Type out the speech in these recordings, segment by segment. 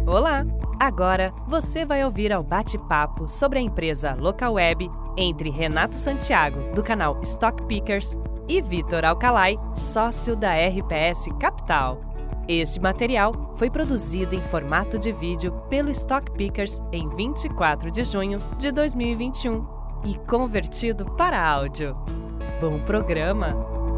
Olá! Agora você vai ouvir ao bate-papo sobre a empresa Localweb entre Renato Santiago, do canal Stock Pickers, e Vitor Alcalay, sócio da RPS Capital. Este material foi produzido em formato de vídeo pelo Stock Pickers em 24 de junho de 2021 e convertido para áudio. Bom programa!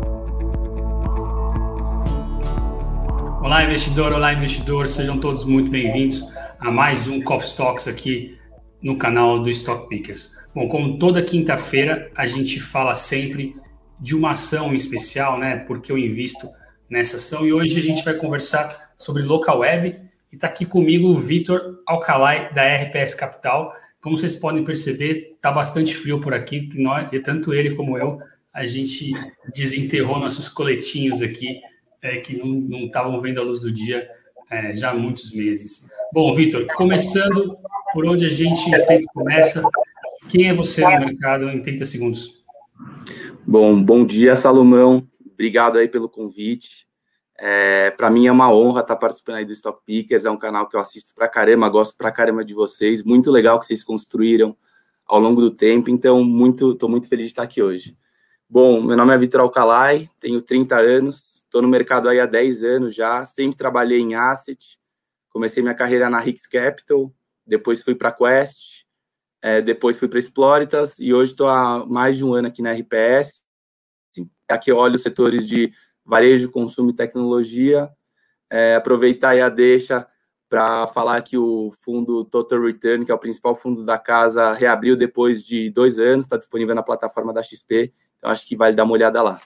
Olá, investidor, sejam todos muito bem-vindos a mais um Coffee Stocks aqui no canal do Stock Pickers. Bom, como toda quinta-feira, a gente fala sempre de uma ação especial, né? Porque eu invisto nessa ação, e hoje a gente vai conversar sobre Localweb, e está aqui comigo o Vitor Alcalay, da RPS Capital. Como vocês podem perceber, está bastante frio por aqui, e tanto ele como eu, a gente desenterrou nossos coletinhos aqui, que não estavam vendo a luz do dia já há muitos meses. Bom, Vitor, começando por onde a gente sempre começa, quem é você no mercado em 30 segundos? Bom dia, Salomão. Obrigado aí pelo convite. Para mim é uma honra estar participando aí do Stock Pickers, é um canal que eu assisto pra caramba, gosto pra caramba de vocês, muito legal que vocês construíram ao longo do tempo, então estou muito feliz de estar aqui hoje. Bom, meu nome é Vitor Alcalay, tenho 30 anos, estou no mercado aí há 10 anos já, sempre trabalhei em asset, comecei minha carreira na Hicks Capital, depois fui para a Quest, depois fui para a Exploritas e hoje estou há mais de um ano aqui na RPS. Aqui eu olho os setores de varejo, consumo e tecnologia. Aproveitar aí a deixa para falar que o fundo Total Return, que é o principal fundo da casa, reabriu depois de 2 anos, está disponível na plataforma da XP, então acho que vale dar uma olhada lá.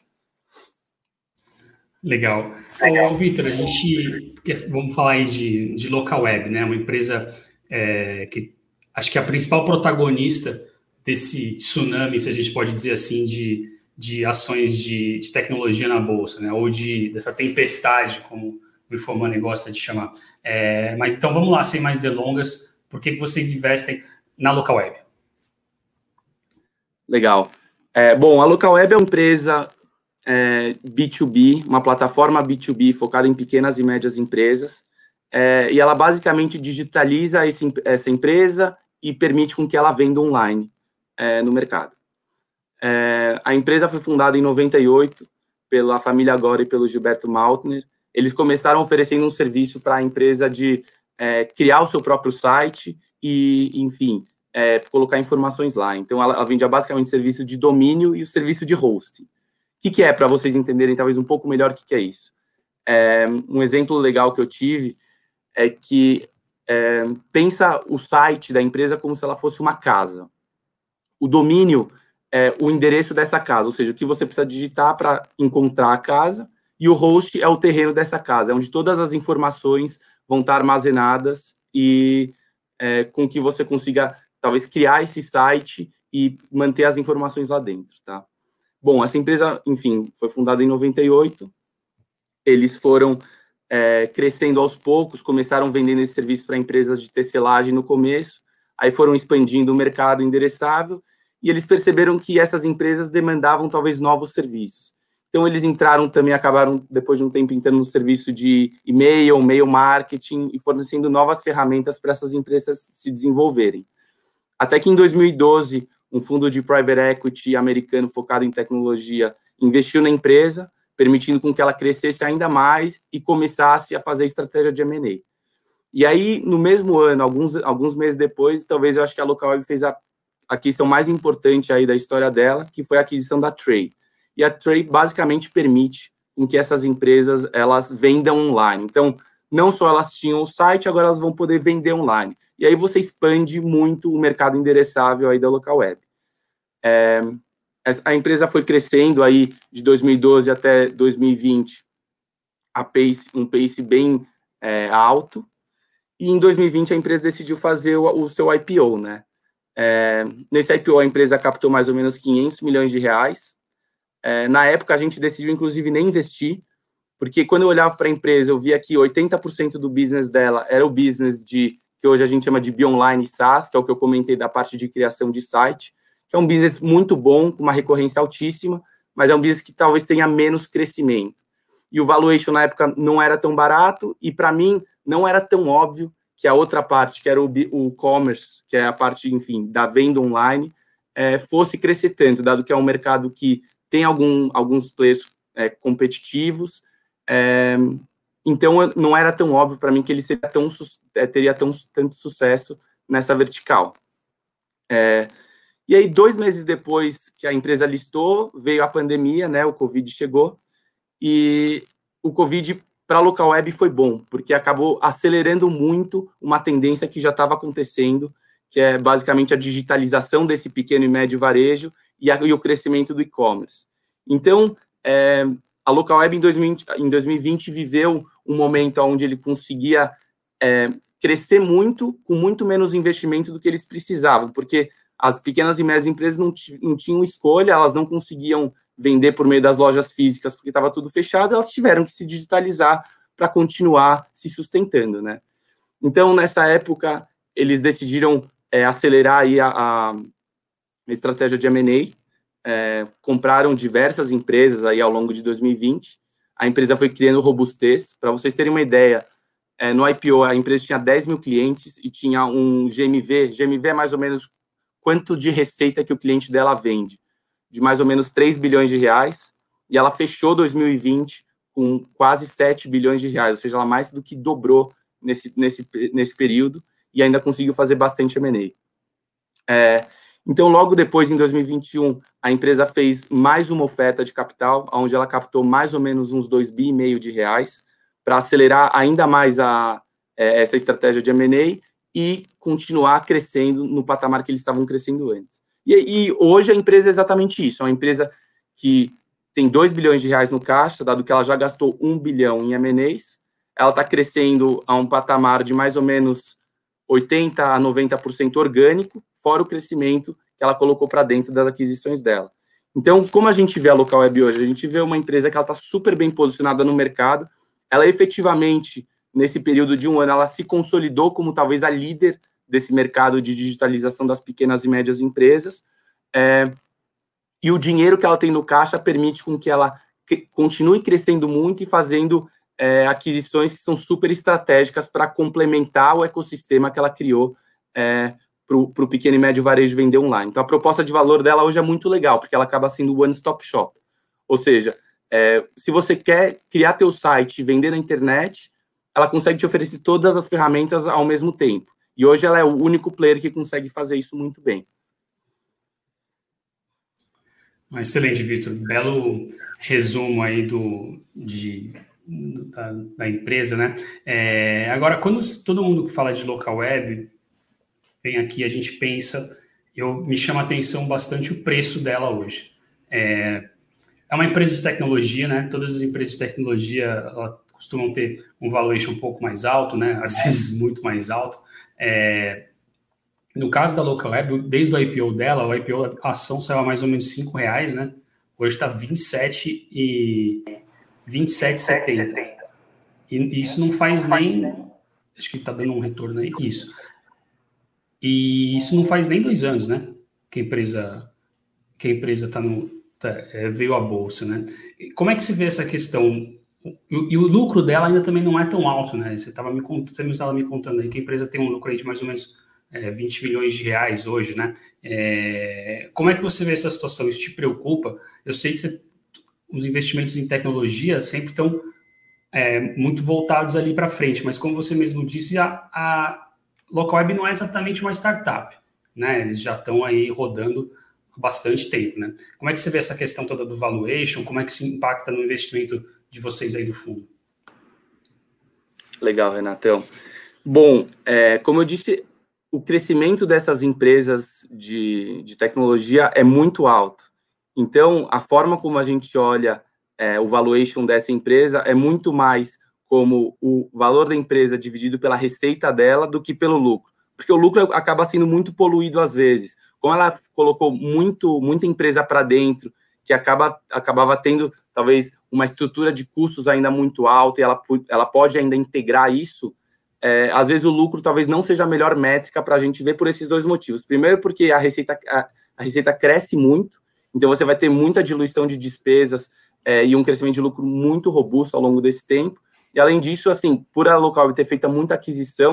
Legal. Vitor, vamos falar aí de Localweb, né? Uma empresa que acho que é a principal protagonista desse tsunami, se a gente pode dizer assim, de ações de tecnologia na Bolsa, né? Ou dessa tempestade, como o Informani gosta de chamar. Mas então vamos lá, sem mais delongas, por que vocês investem na Localweb? Legal. Bom, a Localweb é uma empresa B2B, uma plataforma B2B focada em pequenas e médias empresas, e ela basicamente digitaliza essa empresa e permite com que ela venda online no mercado. A empresa foi fundada em 98 pela família Agora e pelo Gilberto Maltner. Eles começaram oferecendo um serviço para a empresa de criar o seu próprio site e, enfim, colocar informações lá. Então, ela vendia basicamente serviço de domínio e o serviço de hosting. O que é, para vocês entenderem talvez um pouco melhor o que é isso? Um exemplo legal que eu tive é que pensa o site da empresa como se ela fosse uma casa. O domínio é o endereço dessa casa, ou seja, o que você precisa digitar para encontrar a casa, e o host é o terreno dessa casa, é onde todas as informações vão estar armazenadas e com que você consiga, talvez, criar esse site e manter as informações lá dentro, tá? Bom, essa empresa, enfim, foi fundada em 98, eles foram crescendo aos poucos, começaram vendendo esse serviço para empresas de tecelagem no começo, aí foram expandindo o mercado endereçável, e eles perceberam que essas empresas demandavam talvez novos serviços. Então, eles acabaram, depois de um tempo, entrando no serviço de e-mail, mail marketing, e fornecendo novas ferramentas para essas empresas se desenvolverem. Até que em 2012, um fundo de private equity americano focado em tecnologia investiu na empresa, permitindo com que ela crescesse ainda mais e começasse a fazer estratégia de M&A. E aí, no mesmo ano, alguns meses depois, talvez eu acho que a Localweb fez a aquisição mais importante aí da história dela, que foi a aquisição da Tray. E a Tray basicamente permite com que essas empresas elas vendam online. Então, não só elas tinham o site, agora elas vão poder vender online. E aí você expande muito o mercado endereçável aí da Localweb. A empresa foi crescendo aí de 2012 até 2020, um pace bem alto. E em 2020 a empresa decidiu fazer o seu IPO, né? Nesse IPO a empresa captou mais ou menos 500 milhões de reais. Na época a gente decidiu inclusive nem investir, porque quando eu olhava para a empresa eu via que 80% do business dela era o business que hoje a gente chama de Bionline SaaS, que é o que eu comentei da parte de criação de site, que é um business muito bom, com uma recorrência altíssima, mas é um business que talvez tenha menos crescimento. E o valuation na época não era tão barato, e para mim não era tão óbvio que a outra parte, que era o commerce, que é a parte, enfim, da venda online, fosse crescer tanto, dado que é um mercado que tem alguns players competitivos. Então, não era tão óbvio para mim que ele teria tanto sucesso nessa vertical. E aí, 2 meses depois que a empresa listou, veio a pandemia, né? O Covid chegou, e o Covid para a local web foi bom, porque acabou acelerando muito uma tendência que já estava acontecendo, que é basicamente a digitalização desse pequeno e médio varejo e o crescimento do e-commerce. Então, a local web em 2020 viveu um momento onde ele conseguia crescer muito, com muito menos investimento do que eles precisavam, porque as pequenas e médias empresas não tinham escolha, elas não conseguiam vender por meio das lojas físicas, porque estava tudo fechado, elas tiveram que se digitalizar para continuar se sustentando, né? Então, nessa época, eles decidiram acelerar aí a estratégia de M&A, compraram diversas empresas aí ao longo de 2020, a empresa foi criando robustez. Para vocês terem uma ideia, no IPO, a empresa tinha 10 mil clientes e tinha um GMV é mais ou menos quanto de receita que o cliente dela vende, de mais ou menos 3 bilhões de reais, e ela fechou 2020 com quase 7 bilhões de reais, ou seja, ela mais do que dobrou nesse período, e ainda conseguiu fazer bastante M&A. Então, logo depois, em 2021, a empresa fez mais uma oferta de capital, onde ela captou mais ou menos uns 2,5 bi de reais, para acelerar ainda mais essa estratégia de M&A e continuar crescendo no patamar que eles estavam crescendo antes. E hoje a empresa é exatamente isso, é uma empresa que tem 2 bilhões de reais no caixa, dado que ela já gastou 1 bilhão em M&As, ela está crescendo a um patamar de mais ou menos 80% a 90% orgânico, fora o crescimento que ela colocou para dentro das aquisições dela. Então, como a gente vê a local web hoje? A gente vê uma empresa que ela está super bem posicionada no mercado, ela efetivamente, nesse período de um ano, ela se consolidou como talvez a líder desse mercado de digitalização das pequenas e médias empresas, e o dinheiro que ela tem no caixa permite com que ela continue crescendo muito e fazendo aquisições que são super estratégicas para complementar o ecossistema que ela criou para o pequeno e médio varejo vender online. Então, a proposta de valor dela hoje é muito legal, porque ela acaba sendo o one-stop shop. Ou seja, se você quer criar teu site e vender na internet, ela consegue te oferecer todas as ferramentas ao mesmo tempo. E hoje ela é o único player que consegue fazer isso muito bem. Excelente, Vitor. Belo resumo aí da empresa, né? Agora, quando todo mundo que fala de local web vem aqui, a gente pensa, me chama a atenção bastante o preço dela hoje. É uma empresa de tecnologia, né? Todas as empresas de tecnologia elas costumam ter um valuation um pouco mais alto, né? Às vezes muito mais alto. No caso da local web, desde o IPO dela, a ação saiu a mais ou menos R$5, né? Hoje está 27,70. E isso não faz nem... Acho que está dando um retorno aí. Isso. E isso não faz nem 2 anos, né? Que a empresa veio à bolsa, né? E como é que se vê essa questão? E o lucro dela ainda também não é tão alto, né? Você estava me contando aí que a empresa tem um lucro aí de mais ou menos 20 milhões de reais hoje, né? Como é que você vê essa situação? Isso te preocupa? Eu sei que os investimentos em tecnologia sempre estão muito voltados ali para frente, mas como você mesmo disse, a local web não é exatamente uma startup, né? Eles já estão aí rodando há bastante tempo, né? Como é que você vê essa questão toda do valuation? Como é que isso impacta no investimento de vocês aí do fundo? Legal, Renatão. Bom, como eu disse, o crescimento dessas empresas de tecnologia é muito alto. Então, a forma como a gente olha o valuation dessa empresa é muito mais como o valor da empresa dividido pela receita dela do que pelo lucro. Porque o lucro acaba sendo muito poluído às vezes. Como ela colocou muita empresa para dentro, que acabava tendo, talvez, uma estrutura de custos ainda muito alta, e ela pode ainda integrar isso, às vezes o lucro talvez não seja a melhor métrica para a gente ver por esses 2 motivos. Primeiro, porque a receita cresce muito, então você vai ter muita diluição de despesas e um crescimento de lucro muito robusto ao longo desse tempo. E, além disso, assim, por a local ter feito muita aquisição,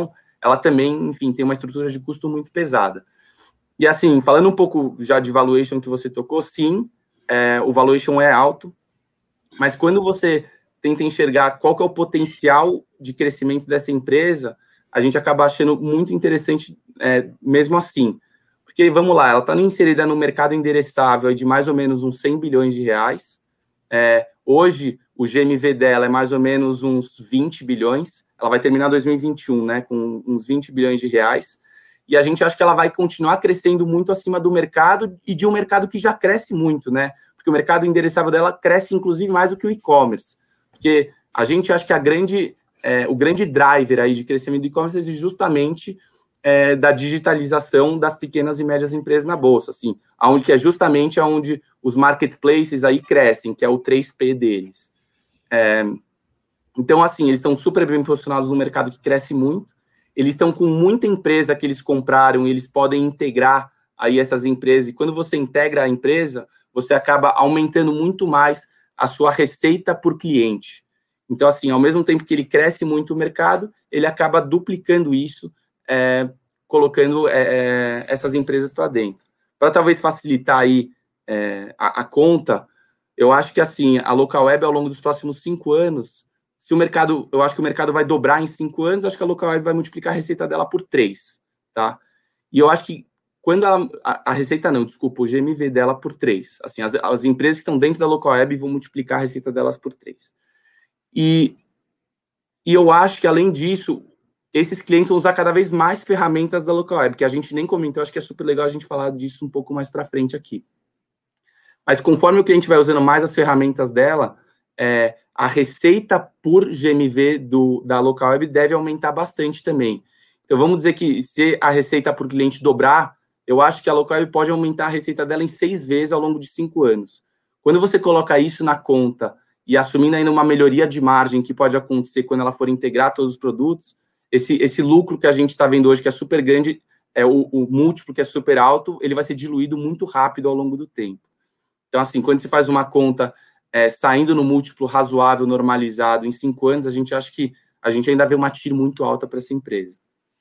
ela também, enfim, tem uma estrutura de custo muito pesada. E assim, falando um pouco já de valuation que você tocou, sim, o valuation é alto, mas quando você tenta enxergar qual que é o potencial de crescimento dessa empresa, a gente acaba achando muito interessante mesmo assim. Porque, vamos lá, ela está inserida no mercado endereçável de mais ou menos uns 100 bilhões de reais. Hoje, o GMV dela é mais ou menos uns 20 bilhões. Ela vai terminar 2021, né, com uns 20 bilhões de reais. E a gente acha que ela vai continuar crescendo muito acima do mercado e de um mercado que já cresce muito, né? Porque o mercado endereçável dela cresce, inclusive, mais do que o e-commerce. Porque a gente acha que o grande driver aí de crescimento do e-commerce é justamente da digitalização das pequenas e médias empresas na Bolsa, assim, que é justamente onde os marketplaces aí crescem, que é o 3P deles. Então, assim, eles estão super bem posicionados no mercado que cresce muito, eles estão com muita empresa que eles compraram, e eles podem integrar aí essas empresas, e quando você integra a empresa, você acaba aumentando muito mais a sua receita por cliente. Então, assim, ao mesmo tempo que ele cresce muito o mercado, ele acaba duplicando isso, colocando essas empresas para dentro. Para talvez facilitar aí a conta, eu acho que assim, a Localweb, ao longo dos próximos 5 anos, eu acho que o mercado vai dobrar em 5 anos, acho que a Localweb vai multiplicar a receita dela por 3, tá? E eu acho que quando a receita não, desculpa, o GMV dela por 3. Assim, as empresas que estão dentro da Localweb vão multiplicar a receita delas por 3. E eu acho que, além disso, esses clientes vão usar cada vez mais ferramentas da Localweb, que a gente nem comentou, acho que é super legal a gente falar disso um pouco mais para frente aqui. Mas conforme o cliente vai usando mais as ferramentas dela, a receita por GMV da Localweb deve aumentar bastante também. Então, vamos dizer que se a receita por cliente dobrar, eu acho que a Localweb pode aumentar a receita dela em 6 vezes ao longo de 5 anos. Quando você coloca isso na conta e assumindo ainda uma melhoria de margem que pode acontecer quando ela for integrar todos os produtos, esse lucro que a gente está vendo hoje, que é super grande, o múltiplo que é super alto, ele vai ser diluído muito rápido ao longo do tempo. Então, assim, quando você faz uma conta saindo no múltiplo razoável, normalizado, em 5 anos, a gente acha que a gente ainda vê uma TIR muito alta para essa empresa.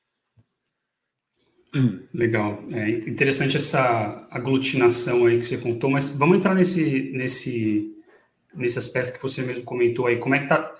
Legal. Interessante essa aglutinação aí que você contou, mas vamos entrar nesse aspecto que você mesmo comentou aí. Como é que está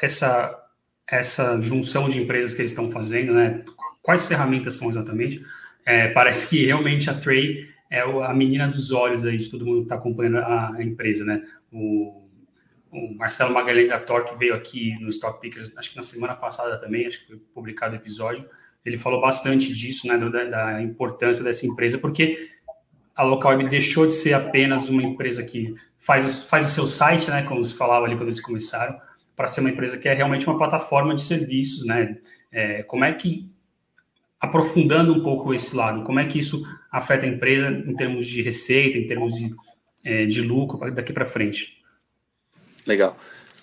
essa junção de empresas que eles estão fazendo, né? Quais ferramentas são exatamente? Parece que realmente a Tray é a menina dos olhos aí de todo mundo que está acompanhando a empresa, né? O Marcelo Magalhães da Torque veio aqui no Stock Pickers, acho que na semana passada também, acho que foi publicado o episódio. Ele falou bastante disso, né, da importância dessa empresa, porque a Localweb deixou de ser apenas uma empresa que faz o seu site, né, como se falava ali quando eles começaram, para ser uma empresa que é realmente uma plataforma de serviços, né? Como é que, aprofundando um pouco esse lado, como é que isso afeta a empresa em termos de receita, em termos de lucro daqui para frente? Legal.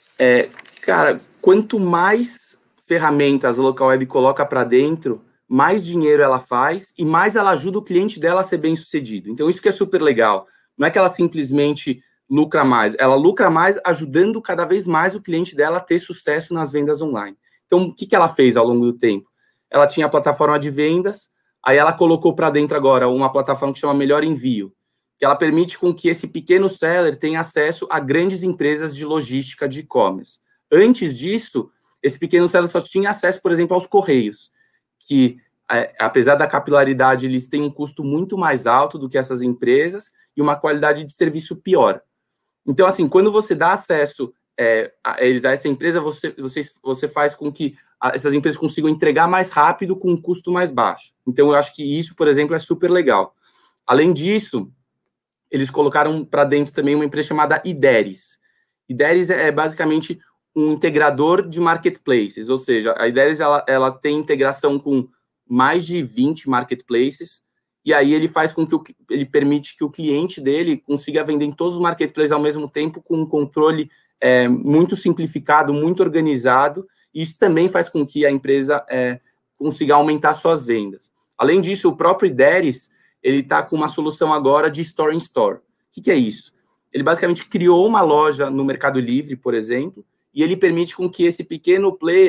Cara, quanto mais ferramentas a Localweb coloca para dentro, mais dinheiro ela faz e mais ela ajuda o cliente dela a ser bem sucedido. Então, isso que é super legal. Não é que ela simplesmente lucra mais, ela lucra mais ajudando cada vez mais o cliente dela a ter sucesso nas vendas online. Então, o que ela fez ao longo do tempo? Ela tinha a plataforma de vendas, aí ela colocou para dentro agora uma plataforma que chama Melhor Envio, que ela permite com que esse pequeno seller tenha acesso a grandes empresas de logística de e-commerce. Antes disso, esse pequeno seller só tinha acesso, por exemplo, aos correios, que, apesar da capilaridade, eles têm um custo muito mais alto do que essas empresas e uma qualidade de serviço pior. Então, assim, quando você dá acesso a essa empresa, você faz com que essas empresas consigam entregar mais rápido com um custo mais baixo. Então, eu acho que isso, por exemplo, é super legal. Além disso, eles colocaram para dentro também uma empresa chamada Ideris. Ideris é basicamente um integrador de marketplaces, ou seja, a Ideris ela tem integração com mais de 20 marketplaces, e aí ele faz com que ele permite que o cliente dele consiga vender em todos os marketplaces ao mesmo tempo, com um controle muito simplificado, muito organizado, e isso também faz com que a empresa consiga aumentar suas vendas. Além disso, o próprio Ideris, ele está com uma solução agora de Store in Store. O que é isso? Ele basicamente criou uma loja no Mercado Livre, por exemplo, e ele permite com que esse pequeno player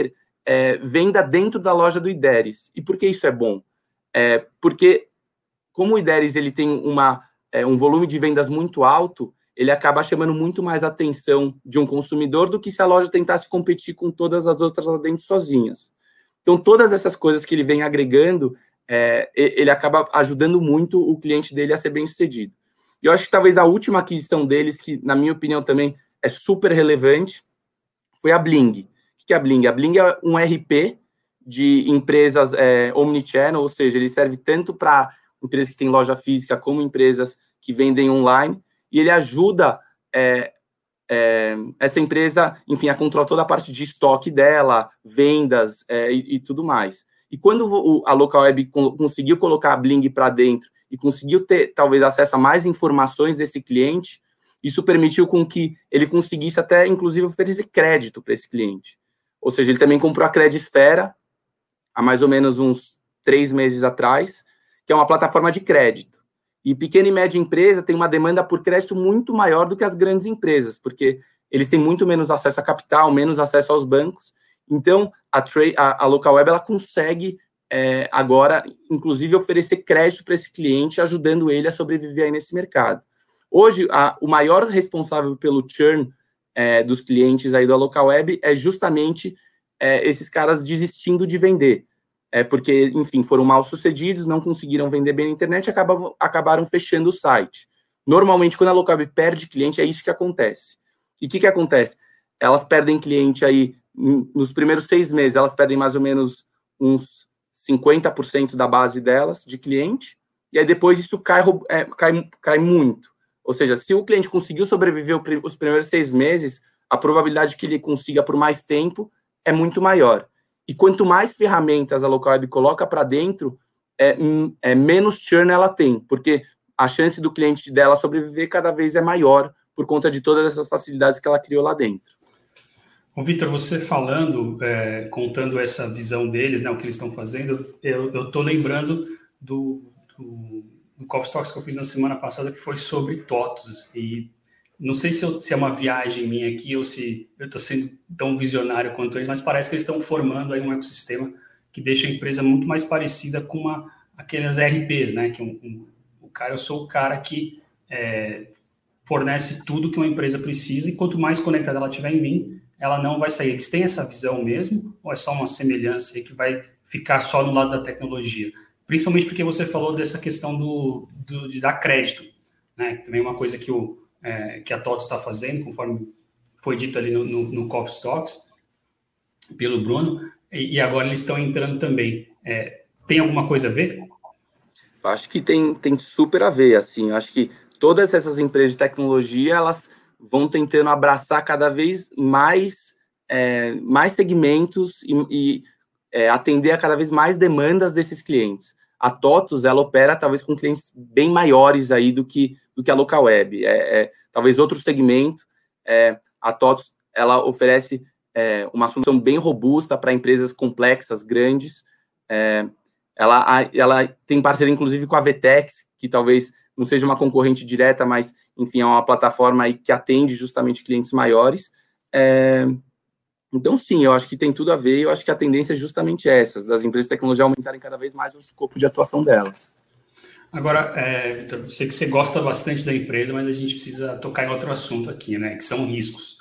venda dentro da loja do Ideris. E por que isso é bom? Porque, como o Ideris ele tem um volume de vendas muito alto, ele acaba chamando muito mais atenção de um consumidor do que se a loja tentasse competir com todas as outras lá dentro sozinhas. Então, todas essas coisas que ele vem agregando, ele acaba ajudando muito o cliente dele a ser bem-sucedido. E eu acho que talvez a última aquisição deles, que na minha opinião também é super relevante, foi a Bling. O que é a Bling? A Bling é um RP de empresas omnichannel, ou seja, ele serve tanto para empresas que têm loja física como empresas que vendem online, e ele ajuda essa empresa, enfim, a controlar toda a parte de estoque dela, vendas e tudo mais. E quando a Localweb conseguiu colocar a Bling para dentro e conseguiu ter, talvez, acesso a mais informações desse cliente, isso permitiu com que ele conseguisse até, inclusive, oferecer crédito para esse cliente. Ou seja, ele também comprou a Credisfera há mais ou menos uns 3 meses atrás, que é uma plataforma de crédito. E pequena e média empresa tem uma demanda por crédito muito maior do que as grandes empresas, porque eles têm muito menos acesso a capital, menos acesso aos bancos. Então, a Localweb ela consegue agora, inclusive, oferecer crédito para esse cliente, ajudando ele a sobreviver aí nesse mercado. Hoje, o maior responsável pelo churn dos clientes aí da Localweb é justamente esses caras desistindo de vender. Porque, enfim, foram mal sucedidos, não conseguiram vender bem na internet e acabaram fechando o site. Normalmente, quando a Localweb perde cliente, é isso que acontece. E o que acontece? Elas perdem cliente aí, nos primeiros 6 meses, elas perdem mais ou menos uns 50% da base delas, de cliente, e aí depois isso cai muito. Ou seja, se o cliente conseguiu sobreviver os primeiros 6 meses, a probabilidade que ele consiga por mais tempo é muito maior. E quanto mais ferramentas a Localweb coloca para dentro, menos churn ela tem, porque a chance do cliente dela sobreviver cada vez é maior por conta de todas essas facilidades que ela criou lá dentro. Ô, Vitor, você falando, contando essa visão deles, né, o que eles estão fazendo, eu estou lembrando do Coffee Talks que eu fiz na semana passada, que foi sobre TOTVS, e não sei se é uma viagem minha aqui ou se eu estou sendo tão visionário quanto eles, mas parece que eles estão formando aí um ecossistema que deixa a empresa muito mais parecida com aquelas RPs, né? Que eu sou o cara que fornece tudo que uma empresa precisa e quanto mais conectada ela tiver em mim, ela não vai sair. Eles têm essa visão mesmo ou é só uma semelhança aí que vai ficar só no lado da tecnologia? Principalmente porque você falou dessa questão de dar crédito, né? Também uma coisa que a TOTVS está fazendo, conforme foi dito ali no Coffee Talks, pelo Bruno, e agora eles estão entrando também. Tem alguma coisa a ver? Acho que tem super a ver, assim. Acho que todas essas empresas de tecnologia, elas vão tentando abraçar cada vez mais segmentos e atender a cada vez mais demandas desses clientes. A TOTVS, ela opera talvez com clientes bem maiores aí do que a Localweb. Talvez outro segmento. A TOTVS, ela oferece uma solução bem robusta para empresas complexas, grandes. Ela tem parceria, inclusive, com a Vtex, que talvez não seja uma concorrente direta, mas, enfim, é uma plataforma aí que atende justamente clientes maiores. Então, sim, eu acho que tem tudo a ver, eu acho que a tendência é justamente essa, das empresas de tecnologia aumentarem cada vez mais o escopo de atuação delas. Agora, Vitor, eu sei que você gosta bastante da empresa, mas a gente precisa tocar em outro assunto aqui, né, que são riscos.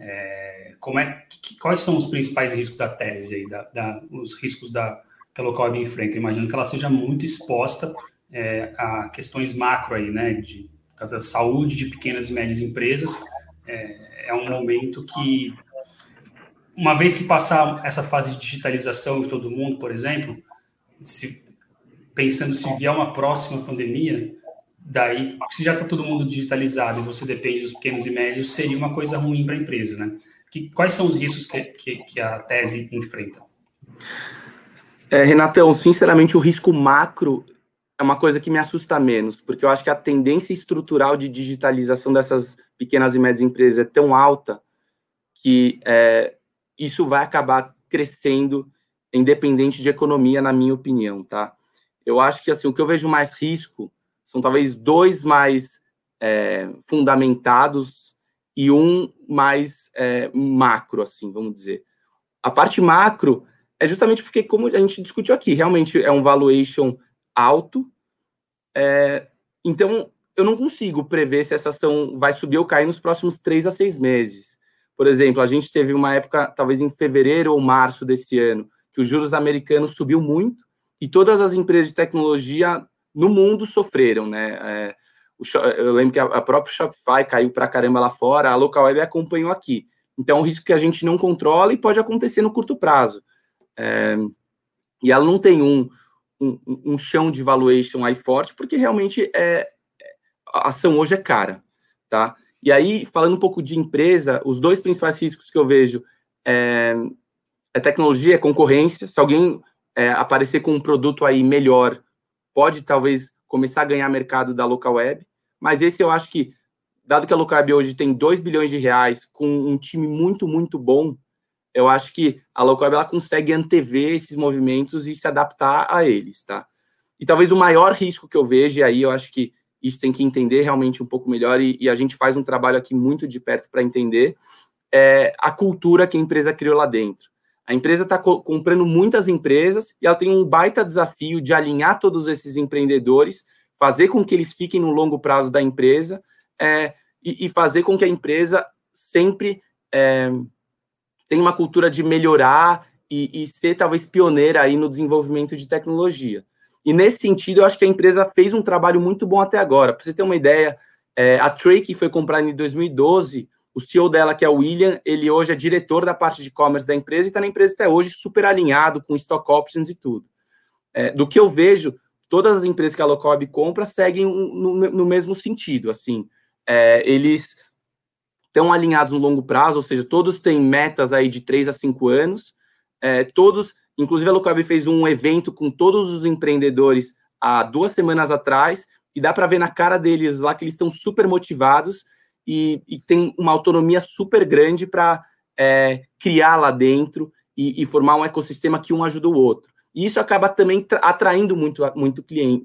Quais são os principais riscos da tese aí, os riscos que a Localweb enfrenta? Imagino que ela seja muito exposta a questões macro aí, né, da saúde de pequenas e médias empresas. É um momento que, uma vez que passar essa fase de digitalização de todo mundo, por exemplo, pensando se vier uma próxima pandemia, daí, se já está todo mundo digitalizado e você depende dos pequenos e médios, seria uma coisa ruim para a empresa, né? Quais são os riscos que a tese enfrenta? Renatão, sinceramente, o risco macro é uma coisa que me assusta menos, porque eu acho que a tendência estrutural de digitalização dessas pequenas e médias empresas é tão alta que isso vai acabar crescendo independente de economia, na minha opinião, tá? Eu acho que, assim, o que eu vejo mais risco são talvez 2 mais fundamentados e um mais macro, assim, vamos dizer. A parte macro é justamente porque, como a gente discutiu aqui, realmente é um valuation alto, então eu não consigo prever se essa ação vai subir ou cair nos próximos 3 a 6 meses. Por exemplo, a gente teve uma época, talvez em fevereiro ou março desse ano, que os juros americanos subiu muito e todas as empresas de tecnologia no mundo sofreram, né? Eu lembro que a própria Shopify caiu para caramba lá fora, a Localweb acompanhou aqui. Então, é um risco que a gente não controla e pode acontecer no curto prazo. E ela não tem um chão de valuation aí forte, porque realmente a ação hoje é cara, tá? E aí, falando um pouco de empresa, os 2 principais riscos que eu vejo é tecnologia, é concorrência. Se alguém aparecer com um produto aí melhor, pode talvez começar a ganhar mercado da Localweb, mas esse eu acho que, dado que a Localweb hoje tem 2 bilhões de reais, com um time muito, muito bom, eu acho que a Localweb ela consegue antever esses movimentos e se adaptar a eles, tá? E talvez o maior risco que eu vejo, e aí eu acho que isso tem que entender realmente um pouco melhor, e a gente faz um trabalho aqui muito de perto para entender, é a cultura que a empresa criou lá dentro. A empresa está comprando muitas empresas e ela tem um baita desafio de alinhar todos esses empreendedores, fazer com que eles fiquem no longo prazo da empresa e fazer com que a empresa sempre tenha uma cultura de melhorar e ser talvez pioneira aí no desenvolvimento de tecnologia. E nesse sentido, eu acho que a empresa fez um trabalho muito bom até agora. Para você ter uma ideia, a Tray, que foi comprada em 2012, o CEO dela, que é o William, ele hoje é diretor da parte de e-commerce da empresa e está na empresa até hoje super alinhado com stock options e tudo. Do que eu vejo, todas as empresas que a Localweb compra seguem no mesmo sentido. Assim, eles estão alinhados no longo prazo, ou seja, todos têm metas aí de 3 a 5 anos. Todos, inclusive a Localweb fez um evento com todos os empreendedores há 2 semanas atrás e dá para ver na cara deles lá que eles estão super motivados e tem uma autonomia super grande para criar lá dentro e formar um ecossistema que um ajuda o outro. E isso acaba também atraindo muito cliente,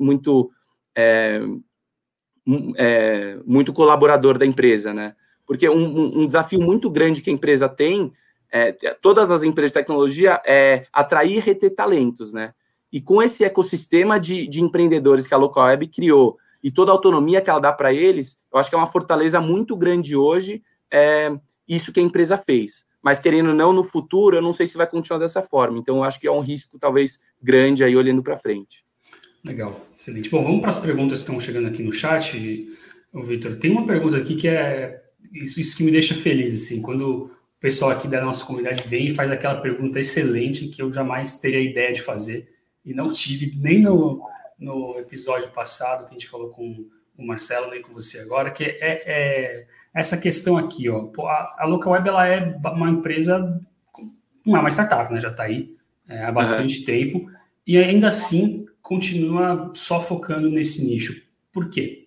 muito colaborador da empresa, né? Porque um desafio muito grande que a empresa tem, todas as empresas de tecnologia, é atrair e reter talentos, né? E com esse ecossistema de empreendedores que a Localweb criou, e toda a autonomia que ela dá para eles, eu acho que é uma fortaleza muito grande hoje, isso que a empresa fez. Mas, querendo ou não, no futuro, eu não sei se vai continuar dessa forma. Então, eu acho que é um risco, talvez, grande aí, olhando para frente. Legal, excelente. Bom, vamos para as perguntas que estão chegando aqui no chat. Vitor, tem uma pergunta aqui que é isso que me deixa feliz, assim, quando o pessoal aqui da nossa comunidade vem e faz aquela pergunta excelente que eu jamais teria ideia de fazer e não tive nem no episódio passado que a gente falou com o Marcelo, nem com você agora, que é essa questão aqui, ó. A Localweb, ela é uma empresa, não é uma startup, né? Já está aí há bastante tempo e ainda assim continua só focando nesse nicho. Por quê?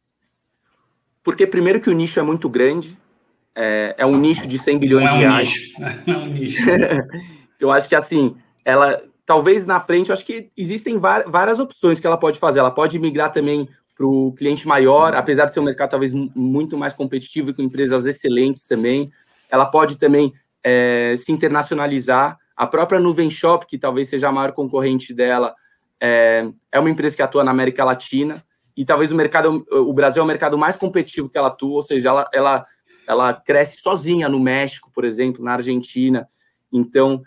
Porque, primeiro, que o nicho é muito grande, é um nicho de 100 bilhões de reais. Não é um nicho. Então, eu acho que, assim, ela, talvez na frente, eu acho que existem várias opções que ela pode fazer. Ela pode migrar também para o cliente maior, apesar de ser um mercado talvez muito mais competitivo e com empresas excelentes também. Ela pode também se internacionalizar. A própria Nuvem Shop, que talvez seja a maior concorrente dela, é uma empresa que atua na América Latina. E talvez o Brasil é o mercado mais competitivo que ela atua, ou seja, ela cresce sozinha no México, por exemplo, na Argentina. Então,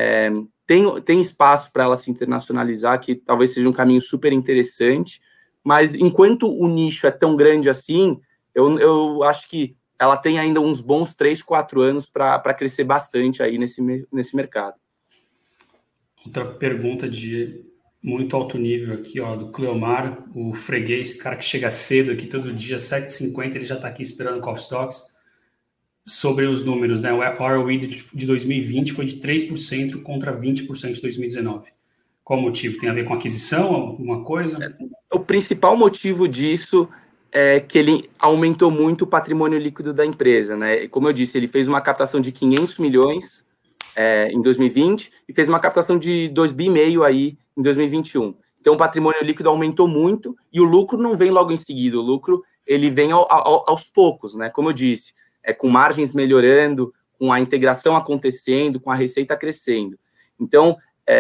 tem espaço para ela se internacionalizar, que talvez seja um caminho super interessante. Mas enquanto o nicho é tão grande assim, eu acho que ela tem ainda uns bons 3, 4 anos para crescer bastante aí nesse mercado. Outra pergunta de muito alto nível aqui, ó, do Cleomar, o freguês, cara que chega cedo aqui todo dia, 7h50, ele já está aqui esperando o Coffee Stocks, sobre os números, né? O ROE de 2020 foi de 3% contra 20% de 2019. Qual o motivo? Tem a ver com aquisição, alguma coisa? O principal motivo disso é que ele aumentou muito o patrimônio líquido da empresa, né? Como eu disse, ele fez uma captação de 500 milhões em 2020 e fez uma captação de 2,5 bi aí em 2021. Então, o patrimônio líquido aumentou muito e o lucro não vem logo em seguida. O lucro, ele vem aos poucos, né? Como eu disse, com margens melhorando, com a integração acontecendo, com a receita crescendo. Então,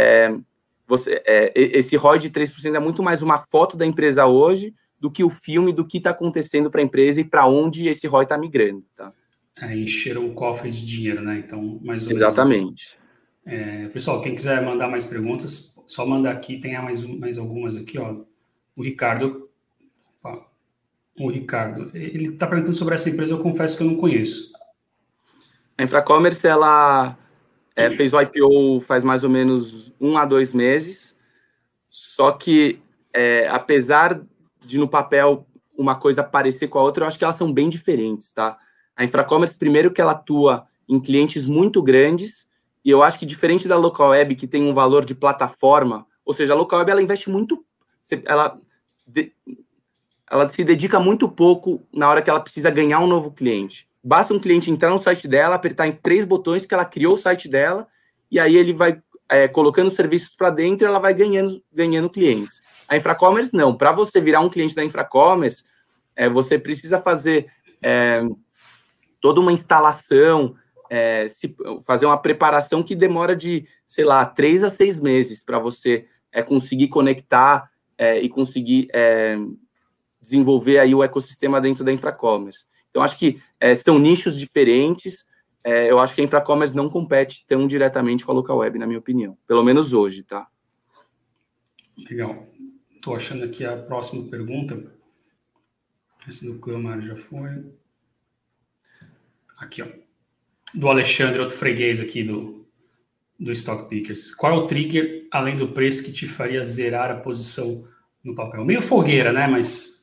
esse ROI de 3% é muito mais uma foto da empresa hoje do que o filme do que está acontecendo para a empresa e para onde esse ROI está migrando. Tá? Encheram o cofre de dinheiro, né? Então, mais ou menos. Exatamente. Pessoal, quem quiser mandar mais perguntas, só mandar aqui. Tem mais algumas aqui, ó. O Ricardo, ele está perguntando sobre essa empresa, eu confesso que eu não conheço. A Infracommerce, ela fez o IPO faz mais ou menos 1 a 2 meses, só que, apesar de no papel uma coisa parecer com a outra, eu acho que elas são bem diferentes, tá? A Infracommerce, primeiro que ela atua em clientes muito grandes, e eu acho que diferente da Localweb, que tem um valor de plataforma, ou seja, a Localweb, ela investe muito, ela se dedica muito pouco na hora que ela precisa ganhar um novo cliente. Basta um cliente entrar no site dela, apertar em 3 botões que ela criou o site dela, e aí ele vai colocando serviços para dentro e ela vai ganhando clientes. A Infracommerce, não. Para você virar um cliente da Infracommerce, você precisa fazer toda uma instalação, fazer uma preparação que demora de, 3 a 6 meses para você conseguir conectar e conseguir desenvolver aí o ecossistema dentro da Infracommerce. Então, acho que são nichos diferentes. Eu acho que a Infracommerce não compete tão diretamente com a Localweb, na minha opinião. Pelo menos hoje, tá? Legal. Estou achando aqui a próxima pergunta. Esse do Câmara já foi. Aqui, ó. Do Alexandre, outro freguês aqui do Stock Pickers. Qual é o trigger, além do preço, que te faria zerar a posição no papel? Meio fogueira, né? Mas...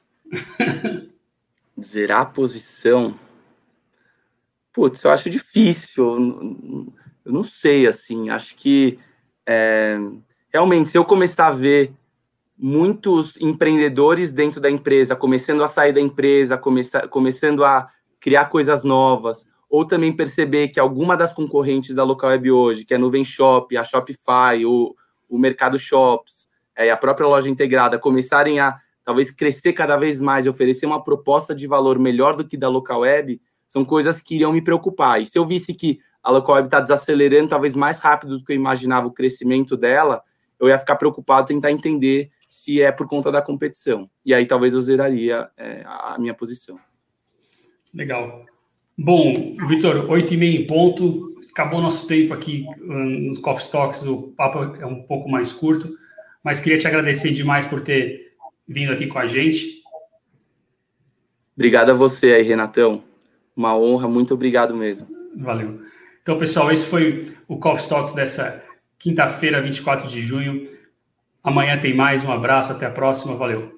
Zerar a posição? Putz, eu acho difícil. Eu não sei, assim. Acho que, realmente, se eu começar a ver muitos empreendedores dentro da empresa começando a sair da empresa, começando a criar coisas novas, ou também perceber que alguma das concorrentes da Localweb hoje, que é a Nuvem Shop, a Shopify, o Mercado Shops, a própria loja integrada, começarem a talvez crescer cada vez mais e oferecer uma proposta de valor melhor do que da Localweb, são coisas que iriam me preocupar. E se eu visse que a Localweb está desacelerando talvez mais rápido do que eu imaginava o crescimento dela, eu ia ficar preocupado, tentar entender se é por conta da competição. E aí talvez eu zeraria a minha posição. Legal. Bom, Vitor, 8h30 em ponto. Acabou nosso tempo aqui nos Coffee Stocks. O papo é um pouco mais curto, mas queria te agradecer demais por ter vindo aqui com a gente. Obrigado a você aí, Renatão. Uma honra, muito obrigado mesmo. Valeu. Então, pessoal, esse foi o Coffee Stocks dessa quinta-feira, 24 de junho. Amanhã tem mais. Um abraço, até a próxima. Valeu.